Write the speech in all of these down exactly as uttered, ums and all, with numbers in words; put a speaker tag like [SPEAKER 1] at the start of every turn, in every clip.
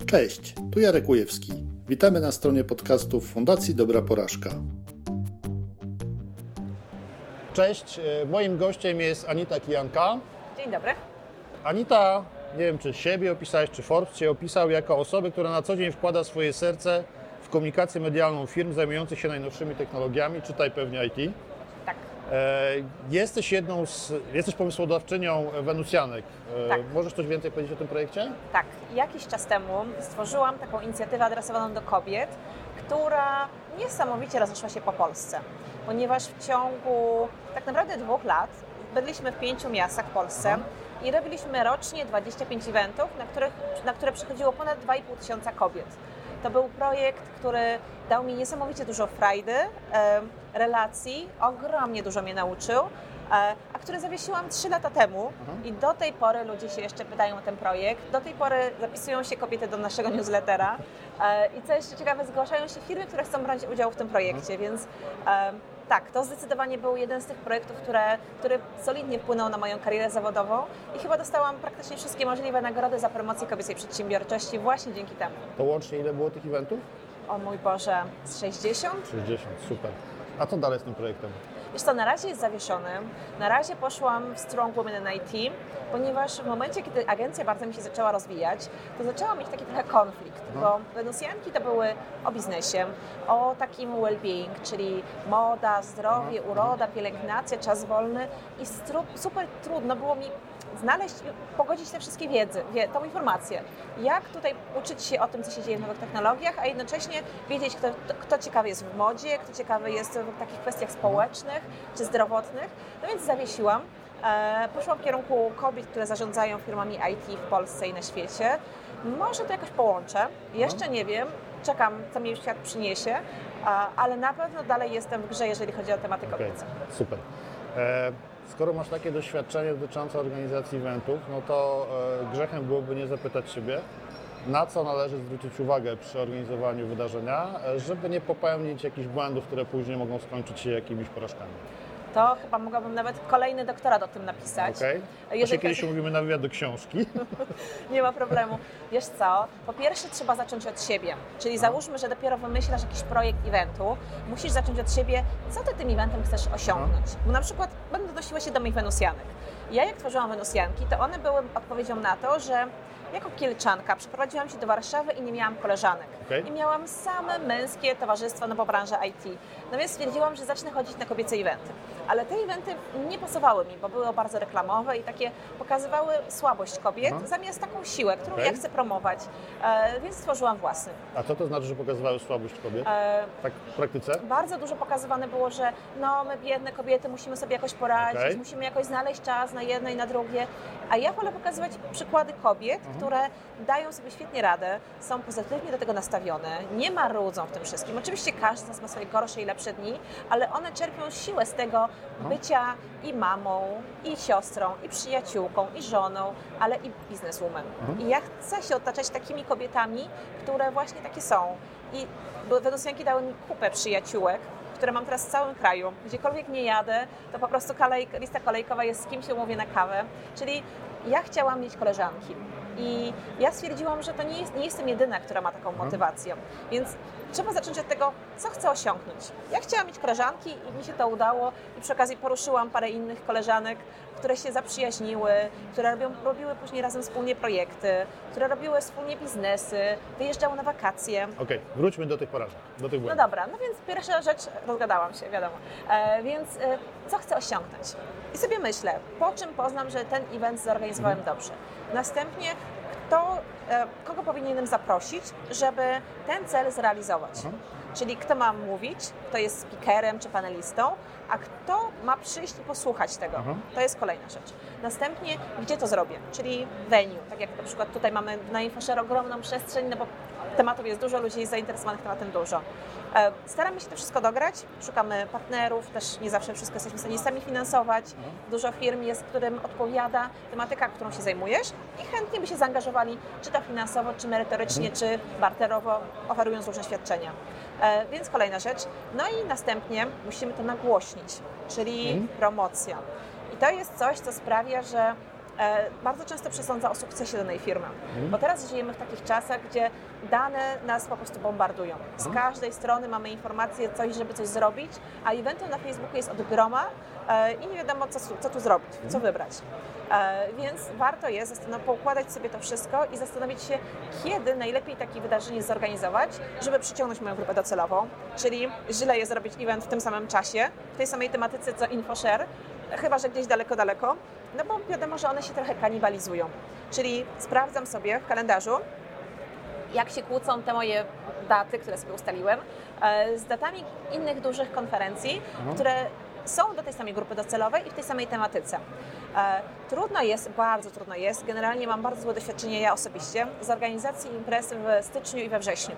[SPEAKER 1] Cześć, tu Jarek Ujewski. Witamy na stronie podcastów Fundacji Dobra Porażka. Cześć, moim gościem jest Anita Kijanka.
[SPEAKER 2] Dzień dobry.
[SPEAKER 1] Anita, nie wiem czy siebie opisałeś, czy Forbes Cię opisał jako osobę, która na co dzień wkłada swoje serce w komunikację medialną firm zajmujących się najnowszymi technologiami, czytaj pewnie I T.
[SPEAKER 2] Tak.
[SPEAKER 1] E, jesteś jedną z, jesteś pomysłodawczynią Wenusjanek. E,
[SPEAKER 2] Tak.
[SPEAKER 1] Możesz coś więcej powiedzieć o tym projekcie?
[SPEAKER 2] Tak. Jakiś czas temu stworzyłam taką inicjatywę adresowaną do kobiet, która niesamowicie rozeszła się po Polsce, ponieważ w ciągu tak naprawdę dwóch lat byliśmy w pięciu miastach w Polsce
[SPEAKER 1] Aha.
[SPEAKER 2] i robiliśmy rocznie dwadzieścia pięć eventów, na, których, na które przychodziło ponad dwa i pół tysiąca kobiet. To był projekt, który dał mi niesamowicie dużo frajdy, e, relacji, ogromnie dużo mnie nauczył, e, a który zawiesiłam trzy lata temu.
[SPEAKER 1] Aha.
[SPEAKER 2] I do tej pory ludzie się jeszcze pytają o ten projekt, do tej pory zapisują się kobiety do naszego newslettera e, i co jeszcze ciekawe, zgłaszają się firmy, które chcą brać udział w tym projekcie, Aha. więc e, tak, to zdecydowanie był jeden z tych projektów, które, który solidnie wpłynął na moją karierę zawodową i chyba dostałam praktycznie wszystkie możliwe nagrody za promocję kobiecej przedsiębiorczości właśnie dzięki temu.
[SPEAKER 1] To łącznie ile było tych eventów?
[SPEAKER 2] O mój Boże, z sześćdziesiąt?
[SPEAKER 1] sześćdziesiąt, super. A co dalej z tym projektem?
[SPEAKER 2] Wiesz co, na razie jest zawieszony. Na razie poszłam w Strong Women in I T, ponieważ w momencie, kiedy agencja bardzo mi się zaczęła rozwijać, to zaczęłam mieć taki trochę konflikt,
[SPEAKER 1] no.
[SPEAKER 2] bo Wenusjanki to były o biznesie, o takim well-being, czyli moda, zdrowie,
[SPEAKER 1] no.
[SPEAKER 2] uroda, pielęgnacja, czas wolny i stru- super trudno było mi znaleźć, pogodzić te wszystkie wiedzy, wie, tą informację. Jak tutaj uczyć się o tym, co się dzieje w nowych technologiach, a jednocześnie wiedzieć, kto, kto ciekawy jest w modzie, kto ciekawy jest w takich kwestiach społecznych czy zdrowotnych. No więc zawiesiłam. E, poszłam w kierunku kobiet, które zarządzają firmami I T w Polsce i na świecie. Może to jakoś połączę. Jeszcze nie wiem. Czekam, co mi świat przyniesie, a, ale na pewno dalej jestem w grze, jeżeli chodzi o tematy kobiece.
[SPEAKER 1] Okay, super. E, skoro masz takie doświadczenie dotyczące organizacji eventów, no to e, grzechem byłoby nie zapytać siebie, na co należy zwrócić uwagę przy organizowaniu wydarzenia, żeby nie popełnić jakichś błędów, które później mogą skończyć się jakimiś porażkami.
[SPEAKER 2] To chyba mogłabym nawet kolejny doktorat o tym napisać.
[SPEAKER 1] Okej. Okay. Jeżeli kiedyś chodzi... umówimy na wywiad do książki.
[SPEAKER 2] Nie ma problemu. Wiesz co, po pierwsze trzeba zacząć od siebie. Czyli no. załóżmy, że dopiero wymyślasz jakiś projekt eventu, musisz zacząć od siebie, co ty tym eventem chcesz osiągnąć. No. Bo na przykład będę odnosiła się do moich Wenusjanek. Ja jak tworzyłam Wenusjanki, to one były odpowiedzią na to, że jako Kielczanka przeprowadziłam się do Warszawy i nie miałam koleżanek. Okay. I miałam same męskie towarzystwo, no bo branża I T. No więc stwierdziłam, że zacznę chodzić na kobiece eventy. Ale te eventy nie pasowały mi, bo były bardzo reklamowe i takie pokazywały słabość kobiet Aha. zamiast taką siłę, którą okay. ja chcę promować. E, więc stworzyłam własny.
[SPEAKER 1] A co to znaczy, że pokazywały słabość kobiet? E, tak w praktyce?
[SPEAKER 2] Bardzo dużo pokazywane było, że no my biedne kobiety musimy sobie jakoś poradzić, okay. musimy jakoś znaleźć czas na jedno i na drugie. A ja wolę pokazywać przykłady kobiet, Aha. które dają sobie świetnie radę, są pozytywnie do tego nastawione, nie marudzą w tym wszystkim. Oczywiście każdy z nas ma swoje gorsze i lepsze dni, ale one czerpią siłę z tego no. bycia i mamą, i siostrą, i przyjaciółką, i żoną, ale i bizneswoman. Mhm. I ja chcę się otaczać takimi kobietami, które właśnie takie są. I Wenusjanki dały mi kupę przyjaciółek, które mam teraz w całym kraju. Gdziekolwiek nie jadę, to po prostu kolej, lista kolejkowa jest, z kim się umówię na kawę. Czyli ja chciałam mieć koleżanki. I ja stwierdziłam, że to nie, jest, nie jestem jedyna, która ma taką motywację. Więc trzeba zacząć od tego, co chcę osiągnąć. Ja chciałam mieć koleżanki i mi się to udało. I przy okazji poruszyłam parę innych koleżanek, które się zaprzyjaźniły, które robią, robiły później razem wspólnie projekty, które robiły wspólnie biznesy, wyjeżdżały na wakacje.
[SPEAKER 1] Okej, okay, wróćmy do tych porażek, do tych błędów.
[SPEAKER 2] No dobra, no więc pierwsza rzecz, rozgadałam się, wiadomo. E, więc e, co chcę osiągnąć? I sobie myślę, po czym poznam, że ten event zorganizowałem mhm. dobrze. Następnie kto, e, kogo powinienem zaprosić, żeby ten cel zrealizować. Mhm. Czyli kto ma mówić, kto jest speakerem czy panelistą, a kto ma przyjść i posłuchać tego. Mhm. To jest kolejna rzecz. Następnie, gdzie to zrobię, czyli venue. Tak jak na przykład tutaj mamy na InfoShare ogromną przestrzeń, no bo tematów jest dużo, ludzi jest zainteresowanych tematem dużo. Staramy się to wszystko dograć, szukamy partnerów, też nie zawsze wszystko jesteśmy w stanie sami finansować. Mhm. Dużo firm jest, którym odpowiada tematyka, którą się zajmujesz i chętnie by się zaangażowali, czy to finansowo, czy merytorycznie, mhm. czy barterowo, oferując różne świadczenia. E, więc kolejna rzecz. No i następnie musimy to nagłośnić, czyli mhm. promocja. I to jest coś, co sprawia, że e, bardzo często przesądza o sukcesie danej firmy. Mhm. Bo teraz żyjemy w takich czasach, gdzie dane nas po prostu bombardują. Z mhm. każdej strony mamy informacje, coś, żeby coś zrobić, a eventu na Facebooku jest od groma e, i nie wiadomo, co, co tu zrobić, mhm. co wybrać. E, więc warto jest poukładać sobie to wszystko i zastanowić się, kiedy najlepiej takie wydarzenie zorganizować, żeby przyciągnąć moją grupę docelową, czyli źle jest zrobić event w tym samym czasie, w tej samej tematyce co InfoShare, chyba że gdzieś daleko, daleko, no bo wiadomo, że one się trochę kanibalizują. Czyli sprawdzam sobie w kalendarzu, jak się kłócą te moje daty, które sobie ustaliłem, z datami innych dużych konferencji, mhm. które są do tej samej grupy docelowej i w tej samej tematyce. E, trudno jest, bardzo trudno jest, generalnie mam bardzo złe doświadczenie ja osobiście z organizacji imprezy w styczniu i we wrześniu.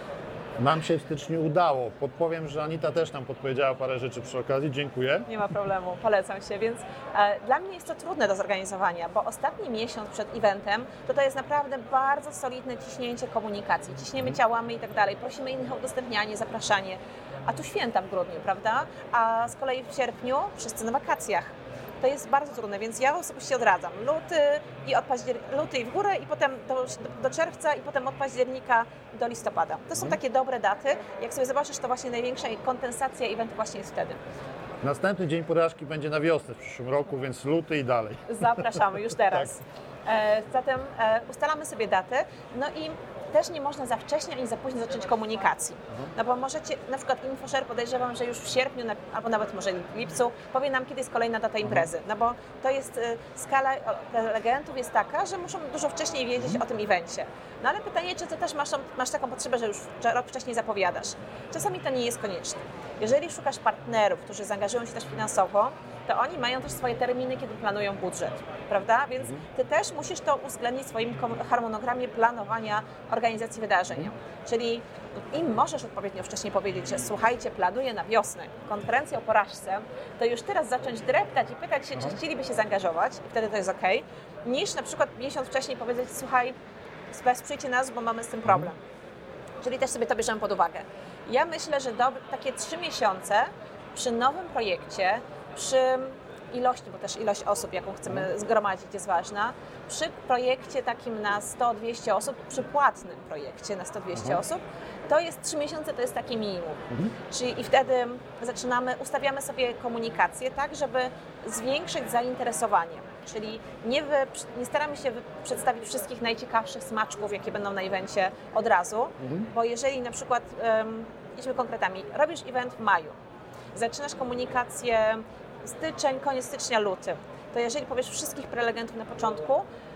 [SPEAKER 1] Nam się w styczniu udało. Podpowiem, że Anita też nam podpowiedziała parę rzeczy przy okazji. Dziękuję.
[SPEAKER 2] Nie ma problemu, polecam się. Więc e, dla mnie jest to trudne do zorganizowania, bo ostatni miesiąc przed eventem to to jest naprawdę bardzo solidne ciśnięcie komunikacji. Ciśniemy ciałami i tak dalej. Prosimy innych o udostępnianie, zapraszanie. A tu święta w grudniu, prawda? A z kolei w sierpniu wszyscy na wakacjach. To jest bardzo trudne, więc ja osobiście odradzam. Luty i od października, luty i w górę i potem do, do czerwca i potem od października do listopada. To są takie dobre daty. Jak sobie zobaczysz, to właśnie największa kondensacja eventu właśnie jest wtedy.
[SPEAKER 1] Następny dzień porażki będzie na wiosnę w przyszłym roku, więc luty i dalej.
[SPEAKER 2] Zapraszamy już teraz. Tak. E, zatem e, ustalamy sobie datę, no i też nie można za wcześnie ani za późno zacząć komunikacji. No bo możecie, na przykład InfoShare podejrzewam, że już w sierpniu, albo nawet może w lipcu, powie nam, kiedy jest kolejna data imprezy. No bo to jest, skala prelegentów jest taka, że muszą dużo wcześniej wiedzieć o tym evencie. No ale pytanie, czy ty też masz, masz taką potrzebę, że już rok wcześniej zapowiadasz. Czasami to nie jest konieczne. Jeżeli szukasz partnerów, którzy zaangażują się też finansowo, to oni mają też swoje terminy, kiedy planują budżet, prawda? Więc ty też musisz to uwzględnić w swoim harmonogramie planowania organizacji wydarzenia. Czyli im możesz odpowiednio wcześniej powiedzieć, że słuchajcie, planuję na wiosnę konferencję o porażce, to już teraz zacząć dreptać i pytać się, czy chcieliby się zaangażować, i wtedy to jest ok, niż na przykład miesiąc wcześniej powiedzieć, słuchaj, wesprzyjcie nas, bo mamy z tym problem. Czyli też sobie to bierzemy pod uwagę. Ja myślę, że do, takie trzy miesiące przy nowym projekcie, przy ilości, bo też ilość osób, jaką chcemy zgromadzić, jest ważna, przy projekcie takim na sto dwieście osób, przy płatnym projekcie na sto dwieście mhm. osób, to jest trzy miesiące, to jest takie minimum. Mhm. Czyli i wtedy zaczynamy, ustawiamy sobie komunikację tak, żeby zwiększyć zainteresowanie. Czyli nie, wy, nie staramy się przedstawić wszystkich najciekawszych smaczków, jakie będą na evencie od razu, mhm. bo jeżeli na przykład, um, idźmy konkretami, robisz event w maju, zaczynasz komunikację styczeń, koniec stycznia, luty, to jeżeli powiesz wszystkich prelegentów na początku,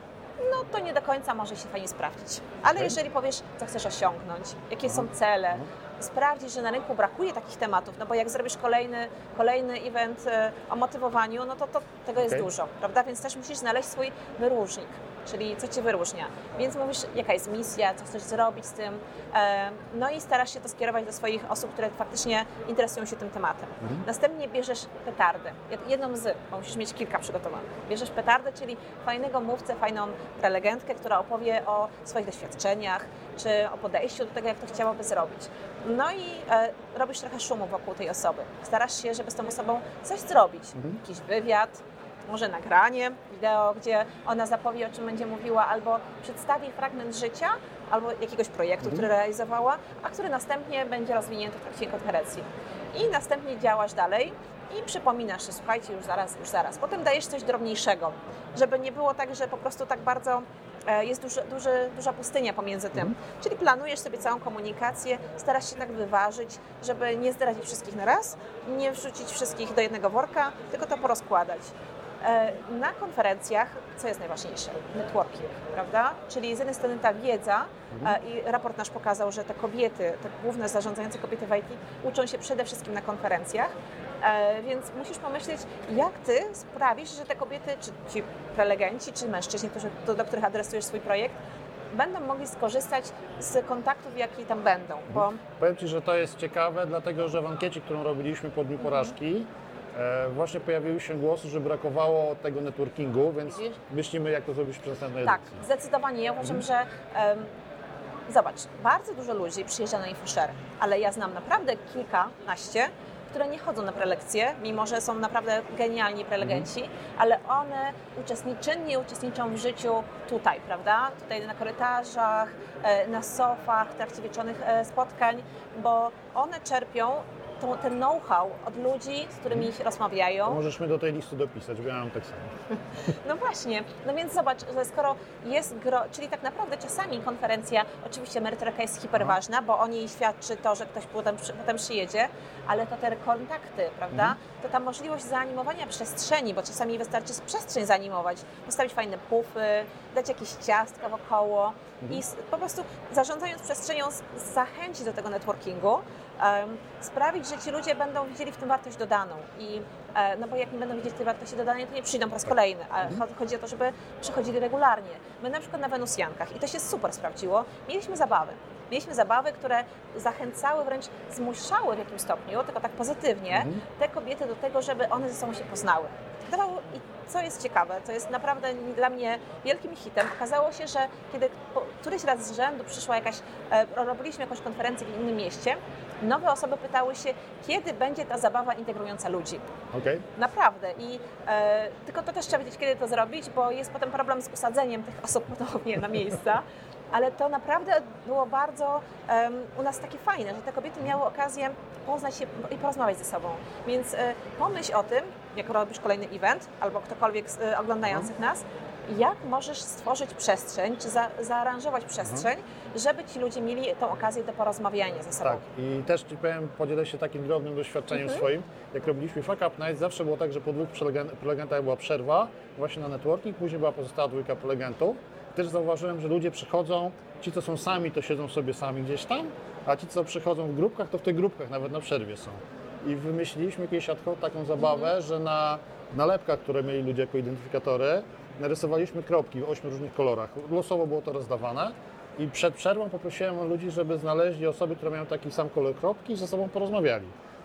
[SPEAKER 2] no to nie do końca może się fajnie sprawdzić. Ale okay. jeżeli powiesz, co chcesz osiągnąć, jakie są cele, sprawdzisz, że na rynku brakuje takich tematów, no bo jak zrobisz kolejny, kolejny event o motywowaniu, no to, to tego jest okay. dużo, prawda? Więc też musisz znaleźć swój wyróżnik, czyli co Cię wyróżnia. Więc mówisz, jaka jest misja, co chcesz zrobić z tym, no i starasz się to skierować do swoich osób, które faktycznie interesują się tym tematem. Mhm. Następnie bierzesz petardę, jedną z, bo musisz mieć kilka przygotowanych. Bierzesz petardę, czyli fajnego mówcę, fajną prelegentkę, która opowie o swoich doświadczeniach, czy o podejściu do tego, jak to chciałaby zrobić. No i e, robisz trochę szumu wokół tej osoby. Starasz się, żeby z tą osobą coś zrobić. Mhm. Jakiś wywiad, może nagranie wideo, gdzie ona zapowie, o czym będzie mówiła, albo przedstawi fragment życia, albo jakiegoś projektu, mhm. który realizowała, a który następnie będzie rozwinięty w trakcie konferencji. I następnie działasz dalej i przypominasz, że słuchajcie, już zaraz, już zaraz. Potem dajesz coś drobniejszego, żeby nie było tak, że po prostu tak bardzo jest duży, duży, duża pustynia pomiędzy tym. Mhm. Czyli planujesz sobie całą komunikację, starasz się tak wyważyć, żeby nie zdradzić wszystkich na raz, nie wrzucić wszystkich do jednego worka, tylko to porozkładać. Na konferencjach, co jest najważniejsze? Networking, prawda? Czyli z jednej strony ta wiedza mhm. i raport nasz pokazał, że te kobiety, te główne zarządzające kobiety w I T uczą się przede wszystkim na konferencjach, więc musisz pomyśleć, jak Ty sprawisz, że te kobiety, czy ci prelegenci, czy mężczyźni, którzy, do, do których adresujesz swój projekt, będą mogli skorzystać z kontaktów, jakie tam będą. Bo...
[SPEAKER 1] Powiem Ci, że to jest ciekawe, dlatego że w ankiecie, którą robiliśmy po Dniu Porażki, E, właśnie pojawiły się głosy, że brakowało tego networkingu, więc Widzisz? myślimy, jak to zrobić przy następnej
[SPEAKER 2] Tak,
[SPEAKER 1] edycji.
[SPEAKER 2] zdecydowanie. Ja uważam, mhm. że um, zobacz, bardzo dużo ludzi przyjeżdża na InfoShare, ale ja znam naprawdę kilkanaście, które nie chodzą na prelekcje, mimo że są naprawdę genialni prelegenci, mhm. ale one uczestniczą, czynnie uczestniczą w życiu tutaj, prawda? Tutaj na korytarzach, na sofach, w trakcie wieczornych spotkań, bo one czerpią to, ten know-how od ludzi, z którymi hmm. rozmawiają.
[SPEAKER 1] To możesz mnie do tej listy dopisać, bo ja mam tak samo.
[SPEAKER 2] No właśnie, no więc zobacz, że skoro jest gro, czyli tak naprawdę czasami konferencja, oczywiście merytoryka jest hiperważna, bo o niej świadczy to, że ktoś potem, potem przyjedzie, ale to te kontakty, prawda? Hmm. To ta możliwość zaanimowania przestrzeni, bo czasami wystarczy przestrzeń zaanimować, postawić fajne pufy, dać jakieś ciastka wokoło hmm. i po prostu zarządzając przestrzenią zachęcić do tego networkingu, um, sprawić, że ci ludzie będą widzieli w tym wartość dodaną i no bo jak nie będą widzieć tej wartości dodanej, to nie przyjdą po raz kolejny, a chodzi o to, żeby przychodzili regularnie. My na przykład na Wenusjankach i to się super sprawdziło, mieliśmy zabawy. Mieliśmy zabawy, które zachęcały, wręcz zmuszały w jakimś stopniu, tylko tak pozytywnie, mhm. te kobiety do tego, żeby one ze sobą się poznały. Dawało, i co jest ciekawe, to jest naprawdę dla mnie wielkim hitem, okazało się, że kiedy po, któryś raz z rzędu przyszła jakaś, e, robiliśmy jakąś konferencję w innym mieście, nowe osoby pytały się, kiedy będzie ta zabawa integrująca ludzi.
[SPEAKER 1] Okay.
[SPEAKER 2] Naprawdę. I e, tylko to też trzeba wiedzieć, kiedy to zrobić, bo jest potem problem z usadzeniem tych osób ponownie na miejsca. Ale to naprawdę było bardzo um, u nas takie fajne, że te kobiety miały okazję poznać się i porozmawiać ze sobą. Więc y, pomyśl o tym, jak robisz kolejny event, albo ktokolwiek z y, oglądających nas, jak możesz stworzyć przestrzeń, czy za, zaaranżować przestrzeń, mhm. żeby ci ludzie mieli tą okazję do porozmawiania ze sobą.
[SPEAKER 1] Tak, i też ci powiem, podzielę się takim drobnym doświadczeniem mhm. swoim. Jak robiliśmy Fuck Up Night, zawsze było tak, że po dwóch prelegentach była przerwa właśnie na networking, później była pozostała dwójka prelegentów. Też zauważyłem, że ludzie przychodzą, ci co są sami, to siedzą sobie sami gdzieś tam, a ci co przychodzą w grupkach, to w tych grupkach nawet na przerwie są. I wymyśliliśmy kiedyś ad hoc taką zabawę, mhm. że na nalepkach, które mieli ludzie jako identyfikatory, narysowaliśmy kropki w ośmiu różnych kolorach. Losowo było to rozdawane i przed przerwą poprosiłem ludzi, żeby znaleźli osoby, które mają taki sam kolor kropki i ze sobą porozmawiali.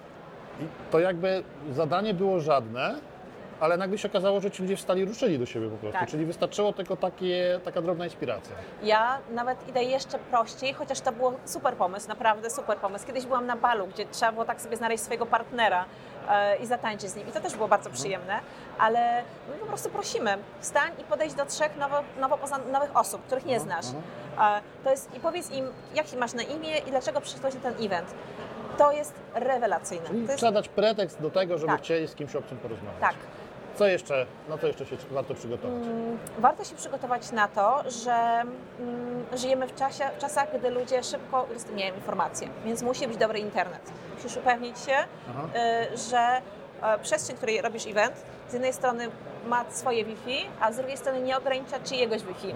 [SPEAKER 1] I to jakby zadanie było żadne, ale nagle się okazało, że ci ludzie wstali i ruszyli do siebie po prostu, tak. Czyli wystarczyło tylko takie, taka drobna inspiracja.
[SPEAKER 2] Ja nawet idę jeszcze prościej, chociaż to był super pomysł, naprawdę super pomysł. Kiedyś byłam na balu, gdzie trzeba było tak sobie znaleźć swojego partnera e, i zatańczyć z nim i to też było bardzo przyjemne, ale my po prostu prosimy, wstań i podejdź do trzech nowo, nowo poznanych nowych osób, których nie znasz. E, to jest, i powiedz im, jak masz na imię i dlaczego przyszłeś na ten event. To jest rewelacyjne.
[SPEAKER 1] Czyli
[SPEAKER 2] to jest...
[SPEAKER 1] trzeba dać pretekst do tego, żeby
[SPEAKER 2] tak.
[SPEAKER 1] chcieli z kimś obcym porozmawiać.
[SPEAKER 2] Tak.
[SPEAKER 1] Co jeszcze, na co jeszcze się warto przygotować?
[SPEAKER 2] Hmm, warto się przygotować na to, że mm, żyjemy w, czasie, w czasach, gdy ludzie szybko udostępniają informacje, więc musi być dobry internet. Musisz upewnić się, y, że y, przestrzeń, w której robisz event, z jednej strony ma swoje Wi-Fi, a z drugiej strony nie ogranicza czyjegoś Wi-Fi.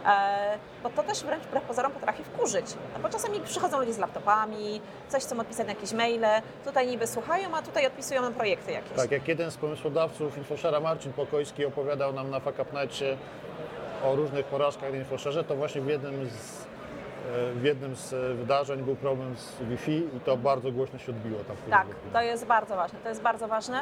[SPEAKER 2] E, bo to też wręcz wbrew pozorom potrafi wkurzyć. No bo czasami przychodzą ludzie z laptopami, coś chcą odpisać na jakieś maile, tutaj niby słuchają, a tutaj odpisują nam projekty jakieś.
[SPEAKER 1] Tak, jak jeden z pomysłodawców InfoShare'a, Marcin Pokojski, opowiadał nam na Fuck Up Nightie o różnych porażkach na InfoShare'ze, to właśnie w jednym z w jednym z wydarzeń był problem z Wi-Fi i to bardzo głośno się odbiło tam.
[SPEAKER 2] Tak, to jest bardzo ważne, to jest bardzo ważne.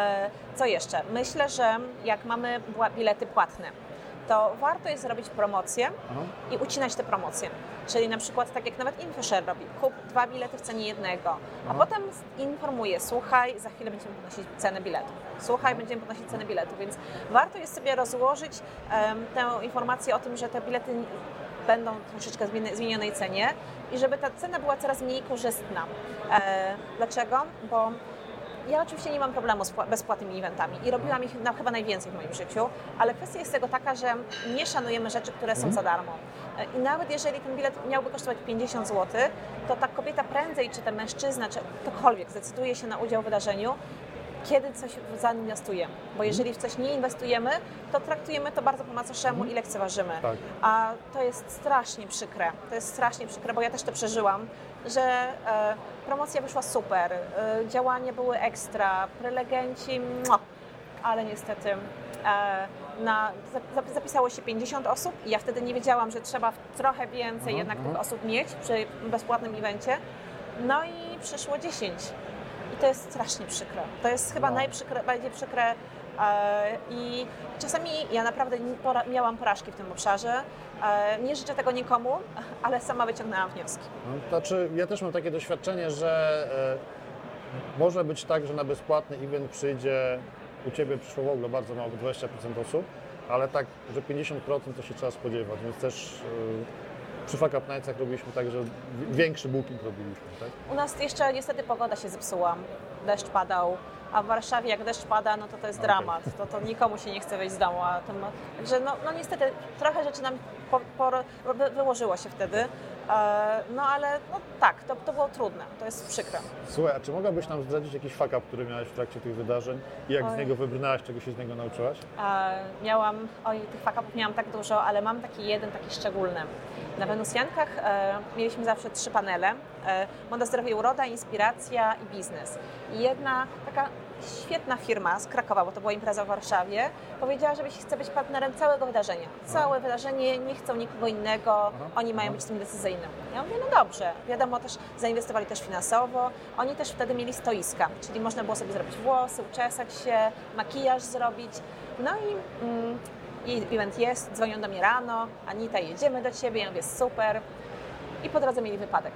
[SPEAKER 2] Co jeszcze? Myślę, że jak mamy bilety płatne, to warto jest zrobić promocję Aha. i ucinać te promocje. Czyli na przykład tak jak nawet InfoShare robi, kup dwa bilety w cenie jednego, a Aha. potem informuje, słuchaj, za chwilę będziemy podnosić cenę biletu. Słuchaj, Aha. będziemy podnosić cenę biletu, więc warto jest sobie rozłożyć um, tę informację o tym, że te bilety będą troszeczkę w zmienionej cenie i żeby ta cena była coraz mniej korzystna. E, dlaczego? Bo ja oczywiście nie mam problemu z bezpłatnymi eventami i robiłam ich na, chyba najwięcej w moim życiu, ale kwestia jest tego taka, że nie szanujemy rzeczy, które są za darmo. I nawet jeżeli ten bilet miałby kosztować pięćdziesiąt złotych, to ta kobieta prędzej, czy ten mężczyzna, czy ktokolwiek zdecyduje się na udział w wydarzeniu, kiedy coś zainwestujemy. Bo jeżeli w coś nie inwestujemy, to traktujemy to bardzo po macoszemu i lekceważymy.
[SPEAKER 1] Tak.
[SPEAKER 2] A to jest strasznie przykre. To jest strasznie przykre, bo ja też to przeżyłam, że e, promocja wyszła super, e, działania były ekstra, prelegenci, mua, ale niestety e, na, zapisało się pięćdziesiąt osób i ja wtedy nie wiedziałam, że trzeba trochę więcej aha, jednak aha. tych osób mieć przy bezpłatnym evencie. No i przyszło dziesięć. I to jest strasznie przykre. To jest chyba no. najbardziej przykre e, i czasami ja naprawdę pora, miałam porażki w tym obszarze. E, nie życzę tego nikomu, ale sama wyciągnęłam wnioski.
[SPEAKER 1] No, znaczy, ja też mam takie doświadczenie, że może być tak, że na bezpłatny event przyjdzie, u Ciebie przyszło w ogóle bardzo mało, dwadzieścia procent osób, ale tak, że pięćdziesiąt procent to się trzeba spodziewać, więc też yy, przy Fuck Up Nightsach robiliśmy tak, że większy booking robiliśmy, tak?
[SPEAKER 2] U nas jeszcze niestety pogoda się zepsuła, deszcz padał, a w Warszawie jak deszcz pada, no to to jest
[SPEAKER 1] Okay.
[SPEAKER 2] dramat, to, to nikomu się nie chce wyjść z domu, a to, ma- także no, no niestety trochę rzeczy nam po, po, wy, wyłożyło się wtedy, e, no ale no tak, to, to było trudne, to jest przykre.
[SPEAKER 1] Słuchaj, a czy mogłabyś nam zdradzić jakiś fuck up, który miałeś w trakcie tych wydarzeń i jak
[SPEAKER 2] Oj.
[SPEAKER 1] z niego wybrnęłaś, czego się z niego nauczyłaś?
[SPEAKER 2] E, miałam, oj, tych fuck-upów miałam tak dużo, ale mam taki jeden, taki szczególny. Na Wenusjankach e, mieliśmy zawsze trzy panele. E, Moda, zdrowie, uroda, inspiracja i biznes. I jedna taka świetna firma z Krakowa, bo to była impreza w Warszawie, powiedziała, że chce być partnerem całego wydarzenia. Całe wydarzenie, nie chcą nikogo innego, oni mają być tym decyzyjnym. Ja mówię, no dobrze, wiadomo, też zainwestowali też finansowo, oni też wtedy mieli stoiska, czyli można było sobie zrobić włosy, uczesać się, makijaż zrobić. No i mm, i event jest, dzwonią do mnie rano, Anita, jedziemy do Ciebie, ja mówię, super. I po drodze mieli wypadek.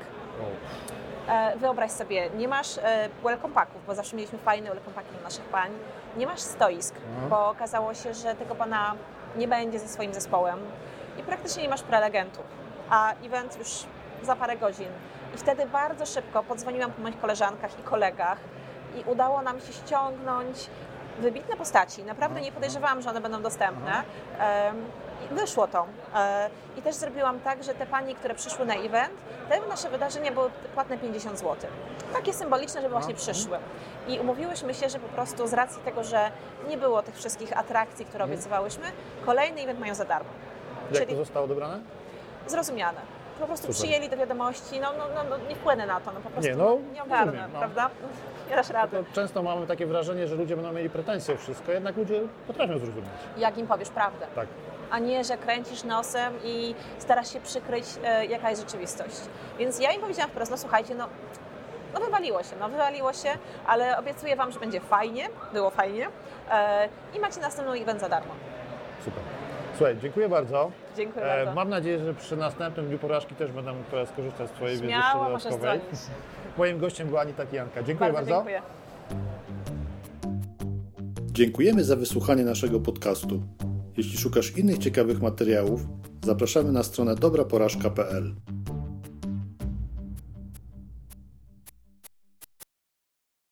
[SPEAKER 2] E, Wyobraź sobie, nie masz e, welcome packów, bo zawsze mieliśmy fajne welcome packi dla naszych pań. Nie masz stoisk,
[SPEAKER 1] Mhm.
[SPEAKER 2] bo okazało się, że tego pana nie będzie ze swoim zespołem. I praktycznie nie masz prelegentów, a event już za parę godzin. I wtedy bardzo szybko podzwoniłam po moich koleżankach i kolegach i udało nam się ściągnąć wybitne postaci. Naprawdę nie podejrzewałam, że one będą dostępne. Um, i wyszło to. E, I też zrobiłam tak, że te pani, które przyszły na event, te nasze wydarzenia były płatne pięćdziesiąt złotych. Takie symboliczne, żeby właśnie przyszły. I umówiłyśmy się, że po prostu z racji tego, że nie było tych wszystkich atrakcji, które obiecywałyśmy, kolejny event mają za darmo.
[SPEAKER 1] Jak
[SPEAKER 2] Czyli
[SPEAKER 1] to zostało odebrane?
[SPEAKER 2] zrozumiane. Po prostu
[SPEAKER 1] Super.
[SPEAKER 2] przyjęli do wiadomości, no, no, no, no nie wpłynę na to, no po prostu
[SPEAKER 1] Nie, no,
[SPEAKER 2] nie ogarnę,
[SPEAKER 1] rozumiem, no.
[SPEAKER 2] prawda? Nie dasz rady.
[SPEAKER 1] To często mamy takie wrażenie, że ludzie będą mieli pretensje o wszystko, jednak ludzie potrafią zrozumieć.
[SPEAKER 2] Jak im powiesz prawdę.
[SPEAKER 1] Tak.
[SPEAKER 2] A nie, że kręcisz nosem i starasz się przykryć, e, jaka jest rzeczywistość. Więc ja im powiedziałam wprost, no słuchajcie, no, no wywaliło się, no wywaliło się, ale obiecuję Wam, że będzie fajnie, było fajnie e, i macie następny event za darmo.
[SPEAKER 1] Super. Słuchaj, dziękuję bardzo.
[SPEAKER 2] Dziękuję
[SPEAKER 1] E,
[SPEAKER 2] bardzo.
[SPEAKER 1] Mam nadzieję, że przy następnym dniu porażki też będę mógł teraz skorzystać z Twojej wiedzy
[SPEAKER 2] Śmiało możesz
[SPEAKER 1] dodatkowej.
[SPEAKER 2] dzwonić.
[SPEAKER 1] Moim gościem była Anita Kijanka. Dziękuję
[SPEAKER 2] Bardzo
[SPEAKER 1] bardzo.
[SPEAKER 2] dziękuję.
[SPEAKER 1] Dziękujemy za wysłuchanie naszego podcastu. Jeśli szukasz innych ciekawych materiałów, zapraszamy na stronę dobra porażka kropka p l.